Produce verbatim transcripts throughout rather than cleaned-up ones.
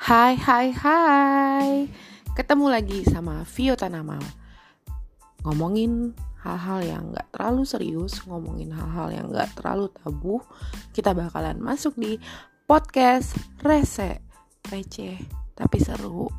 Hai hai hai, ketemu lagi sama Vio Tanamal. Ngomongin hal-hal yang gak terlalu serius, ngomongin hal-hal yang gak terlalu tabu. Kita bakalan masuk di podcast Rese, receh tapi seru.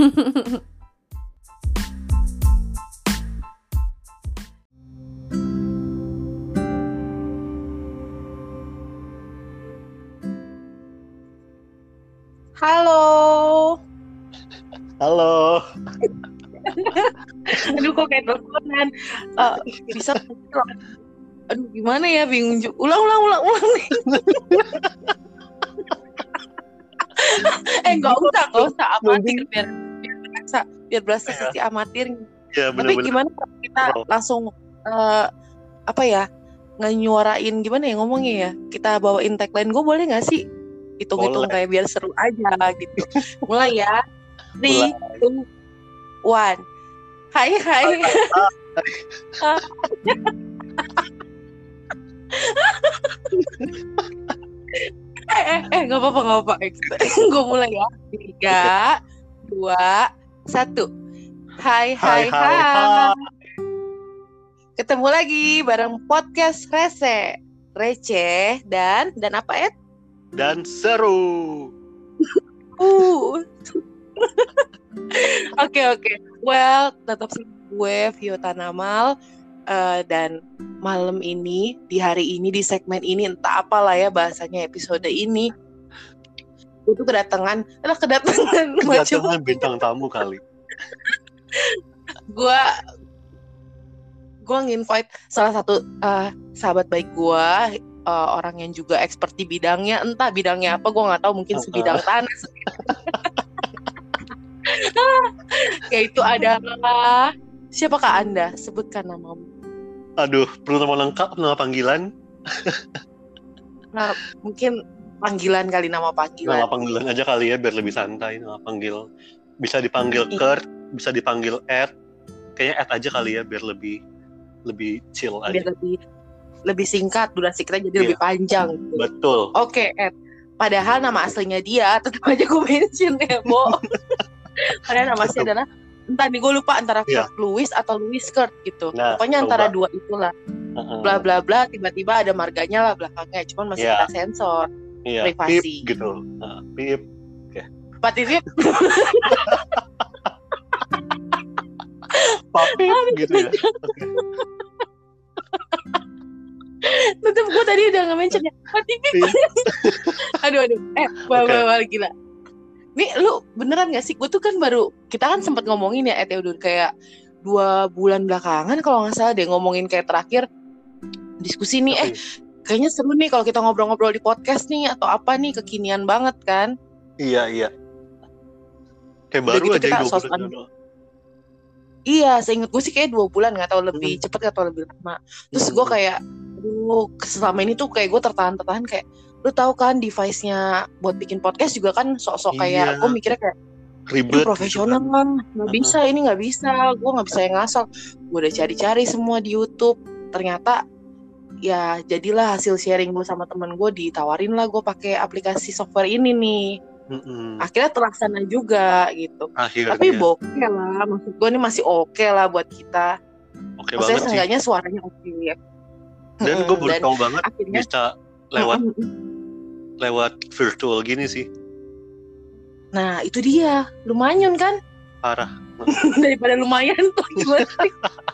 Halo. Halo. Aduh kok kayak teleponan. uh, Bisa. Aduh gimana ya, bingung juga. Ulang ulang ulang ulang nih. Eh nggak usah nggak usah amatir, biar biar berasa biar berasa sisi amatir. Ya, tapi gimana kalau kita oh. langsung uh, apa ya, ngenyuarain gimana ya ngomongnya ya, kita bawain tagline gue boleh nggak sih, hitung-hitung kayak biar seru aja gitu. Mulai ya. Three, two, one. Hai hai. eh eh eh nggak apa-apa nggak apa-apa. Gue mulai ya. Tiga, dua, satu. Hai hai hai. hai. Ketemu lagi bareng podcast Rese, receh dan dan apa Ed? Dan seru. Uh. Oke oke. Well, tetap sih gue Vio Tanamal, uh, dan malam ini, di hari ini, di segmen ini, entah apalah ya bahasanya episode ini, gue tuh kedatangan, lah kedatangan kedatangan bintang tamu kali. Gue gue nginvite salah satu uh, sahabat baik gue, uh, orang yang juga expert di bidangnya, entah bidangnya apa, gue nggak tahu, mungkin sebidang tanah. Yaitu adalah, siapakah Anda? Sebutkan namamu. Aduh, perlu nama lengkap, nama panggilan? Nah, mungkin panggilan kali, nama panggilan. Nama panggilan aja kali ya, biar lebih santai. Nama panggil, bisa dipanggil Kurt, bisa dipanggil Ed. Kayaknya Ed aja kali ya, biar lebih lebih chill aja. Biar lebih lebih singkat, durasi kita jadi yeah. lebih panjang. Betul. Oke, Ed. Padahal nama aslinya dia, tetap aja gue mention ya, Bo. Padahal nama aslinya adalah, entah nih gue lupa antara Kurt yeah. Lewis atau Lewis Kurt gitu. Nah, pokoknya coba. Antara dua itulah. Uh-uh. Bla bla bla, tiba-tiba ada marganya lah belakangnya, cuman masih yeah. kita sensor. Yeah. Privasi. Pip gitu. Uh, pip. Oke. Okay. Pak Pip. Papip gitu ya. Okay. Tetep gue tadi udah nge-mention ya Pak Pip. Aduh aduh. Eh, wah-wah okay. Gila. Nih lu beneran gak sih? Gue tuh kan baru, kita kan sempat ngomongin ya Ed ya, udah kayak dua bulan belakangan kalau gak salah deh, ngomongin kayak terakhir diskusi nih, okay. eh kayaknya seru nih kalau kita ngobrol-ngobrol di podcast nih, atau apa nih, kekinian banget kan. Iya iya. Kayak baru gitu aja dua bulan. Iya, seinget gue sih kayak dua bulan, gak tahu lebih hmm. cepet atau lebih lama. Terus hmm. gue kayak, aduh selama ini tuh kayak gue tertahan-tertahan kayak, lu tahu kan device-nya buat bikin podcast juga kan sok-sok kayak, iya. Gue mikirnya kayak ribet, profesional gitu kan, nggak uh-huh. bisa ini nggak bisa, gue nggak bisa yang ngasal. Gue udah cari-cari semua di YouTube, ternyata ya jadilah hasil sharing gue sama temen gue, ditawarin lah gue pakai aplikasi software ini nih. Uh-uh. Akhirnya terlaksana juga gitu. Akhirnya. Tapi bokeh lah, maksud gue ini masih oke okay lah buat kita. Oke okay maksudnya banget seenggaknya sih. Suaranya oke okay, ya. Dan gue baru tahu banget akhirnya, bisa lewat uh-uh. lewat virtual gini sih. Nah itu dia, lumayan kan? Parah. Daripada lumayan tuh gimana sih?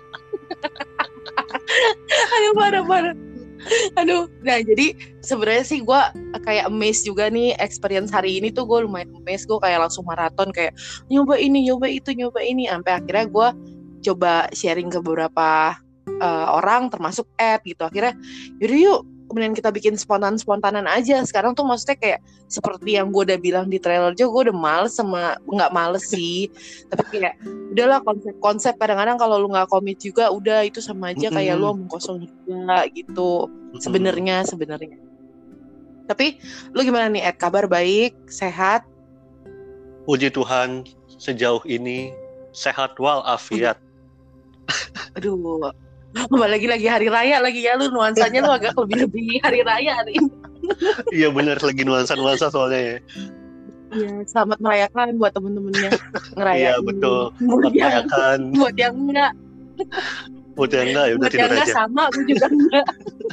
Aduh parah-parah. Aduh, nah jadi sebenarnya sih gue kayak amazed juga nih, experience hari ini tuh gue lumayan amazed. Gue kayak langsung maraton, kayak nyoba ini, nyoba itu, nyoba ini. Sampai akhirnya gue coba sharing ke beberapa uh, orang, termasuk Ed gitu. Akhirnya yaudah yuk, kemudian kita bikin spontan-spontanan aja. Sekarang tuh maksudnya kayak seperti yang gue udah bilang di trailer juga, gue udah males sama, nggak males sih, tapi kayak udahlah konsep-konsep kadang-kadang kalau lu nggak komit juga udah itu sama aja kayak mm-hmm. lu omong kosong juga gitu. Mm-hmm. Sebenarnya sebenarnya. Tapi lu gimana nih Ed? Kabar baik, sehat? Puji Tuhan sejauh ini sehat walafiat. Aduh. Apalagi lagi hari raya lagi ya, lu nuansanya lu agak lebih-lebih hari raya hari ini. Iya benar, lagi nuansa-nuansa soalnya ya. Iya, selamat merayakan buat temen-temennya ngerayain. Iya betul. Buat Selamat yang merayakan. buat yang enggak, Buat yang enggak ya udah buat yang tidur enggak aja. sama aku juga enggak.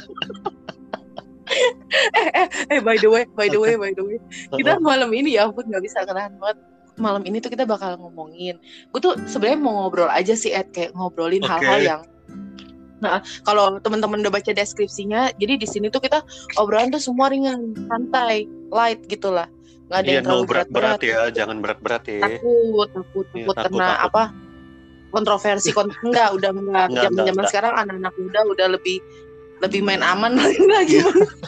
eh eh eh by the way, by the way, by the way. Kita Heeh. malam ini ya ampun nggak bisa kenalan banget. Malam ini tuh kita bakal ngomongin. Gue tuh sebenarnya mau ngobrol aja sih Ed, kayak ngobrolin Oke. hal-hal yang Nah, kalau teman-teman udah baca deskripsinya, jadi di sini tuh kita obrolan tuh semua ringan, santai, light gitulah. Nggak ada Iya yang no terlalu berat-berat berat-berat. ya, jangan berat-berat ya. Takut, takut, Iya, takut takut, kena takut. apa? Kontroversi, kon- enggak, udah enggak. Enggak, enggak, Zaman-zaman enggak. sekarang anak-anak muda udah lebih lebih main aman lagi. Iya.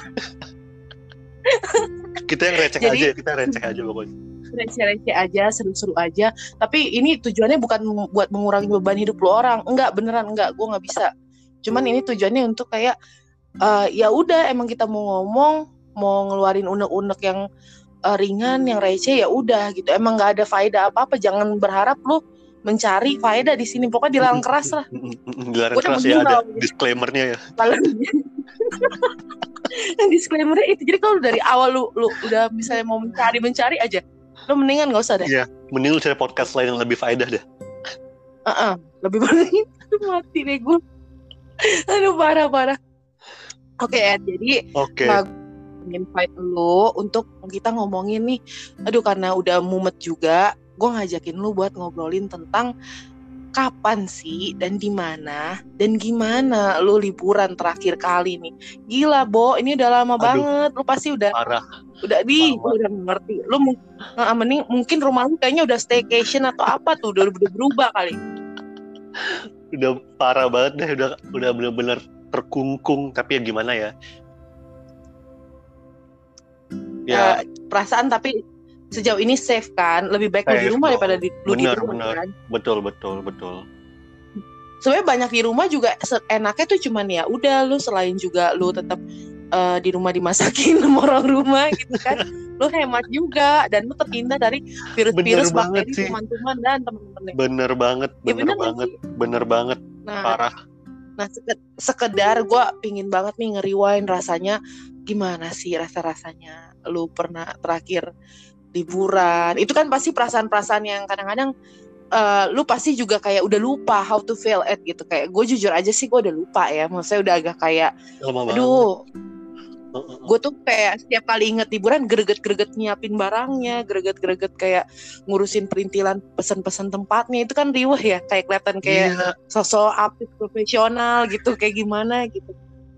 Kita yang receh Jadi- aja, kita receh aja pokoknya. Receh-receh aja, seru-seru aja. Tapi ini tujuannya bukan buat mengurangi beban hidup lo orang. Enggak, beneran enggak. Gue nggak bisa. Cuman ini tujuannya untuk kayak uh, ya udah emang kita mau ngomong, mau ngeluarin unek-unek yang uh, ringan, yang receh ya udah gitu. Emang nggak ada faedah apa-apa. Jangan berharap lu mencari faedah di sini. Pokoknya dilarang keras lah. Dilarang Gua udah keras ya, ada begini. disclaimer-nya ya. Kalau disclaimer-nya itu. Jadi kalau dari awal lu lu udah misalnya mau mencari mencari aja, lu mendingan nggak usah deh. Iya, mending lu cari podcast lain yang lebih faedah deh. Uh-uh, lebih baik. Mati deh gue. Aduh parah parah. Oke okay, Ed, jadi Oke. okay. invite lu untuk kita ngomongin nih. Aduh karena udah mumet juga, gue ngajakin lu buat ngobrolin tentang kapan sih dan di mana dan gimana lu liburan terakhir kali nih. Gila Bo, ini udah lama Aduh, banget. Lu pasti udah parah. Udah di, gue udah ngerti. Lu uh, mending mungkin rumah lu kayaknya udah staycation atau apa tuh, udah, udah berubah kali. Udah parah banget deh, udah udah benar-benar terkungkung. Tapi ya gimana ya? Ya uh, perasaan tapi sejauh ini safe kan, lebih baik lu di rumah daripada di, lu di bener, rumah bener. kan. Betul betul betul. Sebenarnya banyak di rumah juga enaknya tuh cuman ya udah lu selain juga lu tetap uh, di rumah dimasakin sama orang rumah gitu kan. Lu hemat juga dan lu terhindar dari virus-virus, bakteri, kuman-kuman dan teman-teman. Bener banget, bener, ya, bener banget, bener banget, nah, parah. Nah sekedar gue pingin banget nih nge-rewind rasanya gimana sih rasa-rasanya lu pernah terakhir liburan. Itu kan pasti perasaan-perasaan yang kadang-kadang uh, lu pasti juga kayak udah lupa how to feel it gitu. Kayak gue jujur aja sih gue udah lupa ya. Maksudnya udah agak kayak lama aduh banget. Gue tuh kayak setiap kali inget liburan greget-greget nyiapin barangnya, greget-greget kayak ngurusin perintilan pesan-pesan tempatnya. Itu kan riweh ya, kayak kelihatan kayak yeah. sosok apik profesional gitu, kayak gimana gitu.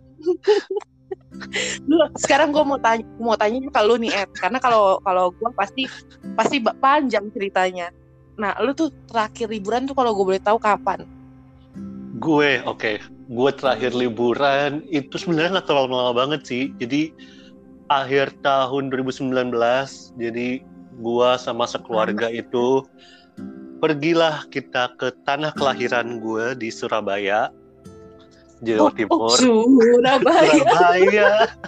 Lu sekarang gue mau tanya, mau tanya ke lu nih Ed, karena kalau kalau gue pasti pasti panjang ceritanya. Nah, lu tuh terakhir liburan tuh kalau gue boleh tahu kapan? Gue, oke. Okay. Gue terakhir liburan itu sebenarnya nggak terlalu lama banget sih. Jadi akhir tahun dua ribu sembilan belas. Jadi gue sama sekeluarga hmm. itu pergilah kita ke tanah kelahiran gue di Surabaya, Jawa oh, Timur. Oh, Surabaya. Surabaya.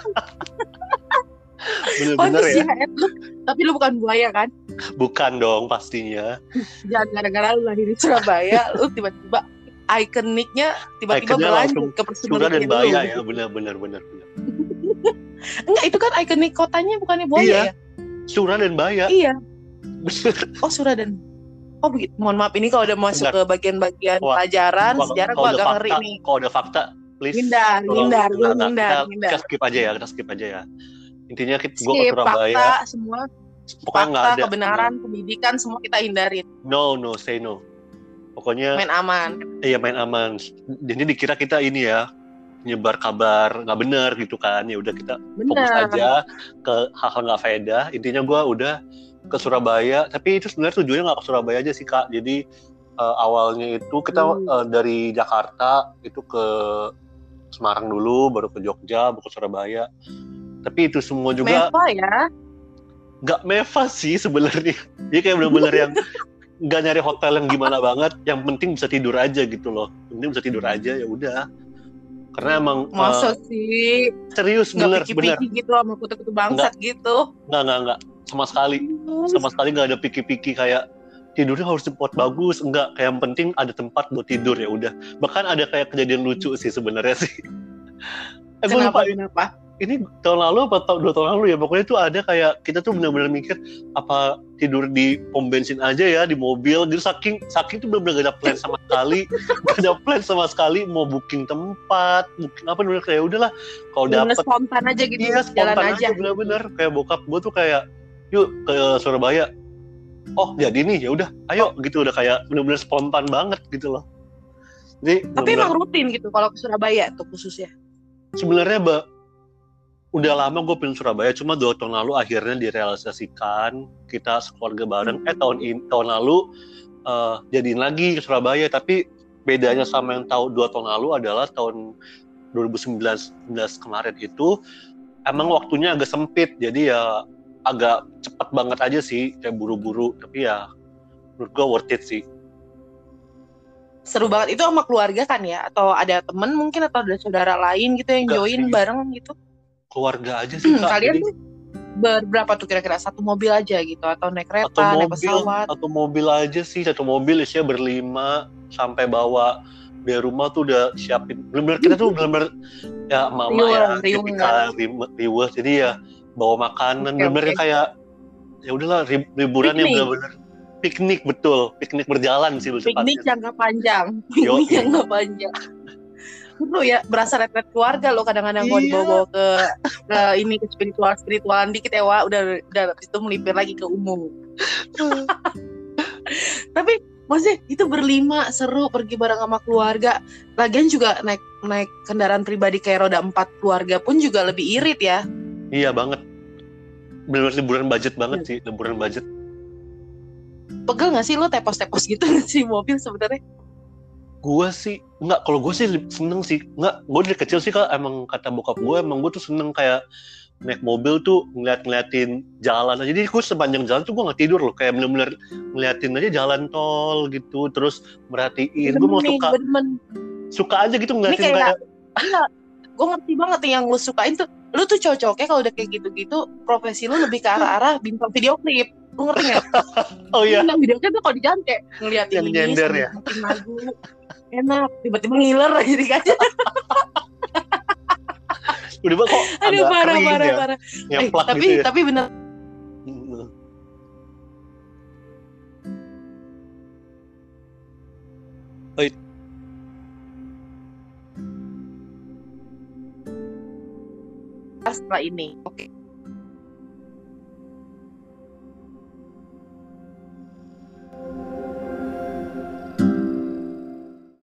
Bener-bener oh, ya. ya lu, tapi lu bukan buaya kan? Bukan dong pastinya. Jangan gara-gara lu lahir di Surabaya, lu tiba-tiba ikoniknya tiba-tiba berlanjut ke Surah dan Baya ya, benar-benar benar benar. Enggak, itu kan ikonik kotanya bukannya buaya iya. ya? Surah dan Baya. Iya. Oh, Surah dan Oh begitu. Mohon maaf ini kalau udah masuk Bentar. ke bagian-bagian Wah. pelajaran Wah, sejarah gua agak ngeri nih. Kalau ada fakta, please. Hindar, hindar, gue hindar, hindar. Kita skip aja ya, kita skip aja ya. Intinya kita skip, gua ke Surabaya. Fakta semua. Pokoknya fakta, ada. kebenaran, no. pendidikan semua kita hindarin. No, no, say no. Pokoknya main aman. Iya main aman. Jadi dikira kita ini ya nyebar kabar nggak benar gitu kan. Ya udah kita bener. fokus aja ke hal-hal nggak faedah. Intinya gue udah ke Surabaya. Tapi itu sebenarnya tujuannya nggak ke Surabaya aja sih Kak. Jadi uh, awalnya itu kita hmm. uh, dari Jakarta itu ke Semarang dulu, baru ke Jogja, baru ke Surabaya. Tapi itu semua juga. Meva ya? Nggak meva sih sebenarnya. Jadi kayak benar-benar yang nggak nyari hotel yang gimana banget, yang penting bisa tidur aja gitu loh. Penting bisa tidur aja ya udah. Karena emang masa uh, sih serius bener bener gitu sama kutu-kutu bangsat nggak, gitu. Nggak nggak nggak sama sekali sama sekali nggak ada piki-piki kayak tidurnya harus tempat bagus, enggak, kayak yang penting ada tempat buat tidur ya udah. Bahkan ada kayak kejadian lucu sih sebenarnya sih. Eh, kenapa lupa, kenapa? ini tahun lalu apa tahun dua tahun lalu ya, pokoknya tuh ada kayak kita tuh benar-benar mikir apa tidur di pom bensin aja ya, di mobil gitu, saking saking tuh benar-benar gak ada plan sama sekali, gak ada plan sama sekali mau booking tempat, booking apa, benar kayak udahlah kalau dapet spontan aja gitu, iya jalan spontan aja. aja benar-benar kayak bokap gue tuh kayak yuk ke Surabaya, oh jadi nih ya udah ayo gitu, udah kayak benar-benar spontan banget gitu loh. Jadi tapi bener-bener, emang rutin gitu kalau ke Surabaya tuh khususnya? Sebenarnya Mbak, udah lama gue pengen Surabaya, cuma dua tahun lalu akhirnya direalisasikan, kita sekeluarga bareng. Eh tahun ini, tahun lalu uh, jadiin lagi ke Surabaya. Tapi bedanya sama yang tahu dua tahun lalu adalah tahun dua ribu sembilan belas kemarin itu emang waktunya agak sempit, jadi ya agak cepet banget aja sih, kayak buru-buru. Tapi ya menurut gue worth it sih. Seru banget. Itu sama keluarga kan ya? Atau ada temen mungkin, atau ada saudara lain gitu yang Enggak join sih, bareng gitu? keluarga aja sih Kak. Kalian Jadi, tuh berberapa tuh kira-kira? Satu mobil aja gitu? Atau naik kereta, atau naik mobil, pesawat? atau mobil aja sih, satu mobil isinya berlima, sampai bawa dari rumah tuh udah siapin. Bener-bener kita tuh bener-bener ya mama Riuh, ya, riuh tipikal riuh, jadi ya bawa makanan, okay, bener-bener okay. kayak ya udahlah liburan yang bener-bener piknik, betul, piknik berjalan sih lu cepatnya. Piknik jangka panjang, piknik jangka panjang. Itu ya berasa retret keluarga lo kadang-kadang kalau iya. dibawa ke, ke ini ke spiritual spiritualan dikit ya Wak, udah udah itu melipir lagi ke umum. Tapi maksudnya itu berlima seru, pergi bareng sama keluarga. Lagian juga naik naik kendaraan pribadi kayak roda empat keluarga pun juga lebih irit ya. Iya banget. Bener-bener liburan budget banget hmm. sih, liburan budget. Pegel nggak sih lo tepos-tepos gitu nggak sih mobil sebenarnya? Gue sih nggak, kalau gue sih seneng sih, nggak, gue dari kecil sih Kak, emang kata bokap gue, emang gue tuh seneng kayak naik mobil tuh ngeliat-ngeliatin jalan aja. Jadi gue sepanjang jalan tuh gue nggak tidur loh, kayak bener-bener ngeliatin aja jalan tol gitu, terus merhatiin. Gue mau suka, suka aja gitu ngeliatin ini kayak, kayak iya, gue ngerti banget nih yang lu sukain tuh. Lu tuh cocoknya kalau udah kayak gitu-gitu, profesi lu lebih ke arah-arah bintang video klip. Lu ngerti nggak? Oh iya. Bintang video klip tuh kalau di jalan kayak ngeliatin yang ini, nyender ya. bikin lagu, enak, tiba-tiba ngiler aja di kaca. Udah kok aduh agak parah kering parah ya, parah. Eh, tapi gitu ya. tapi bener. Oi. Setelah ini, oke. Okay.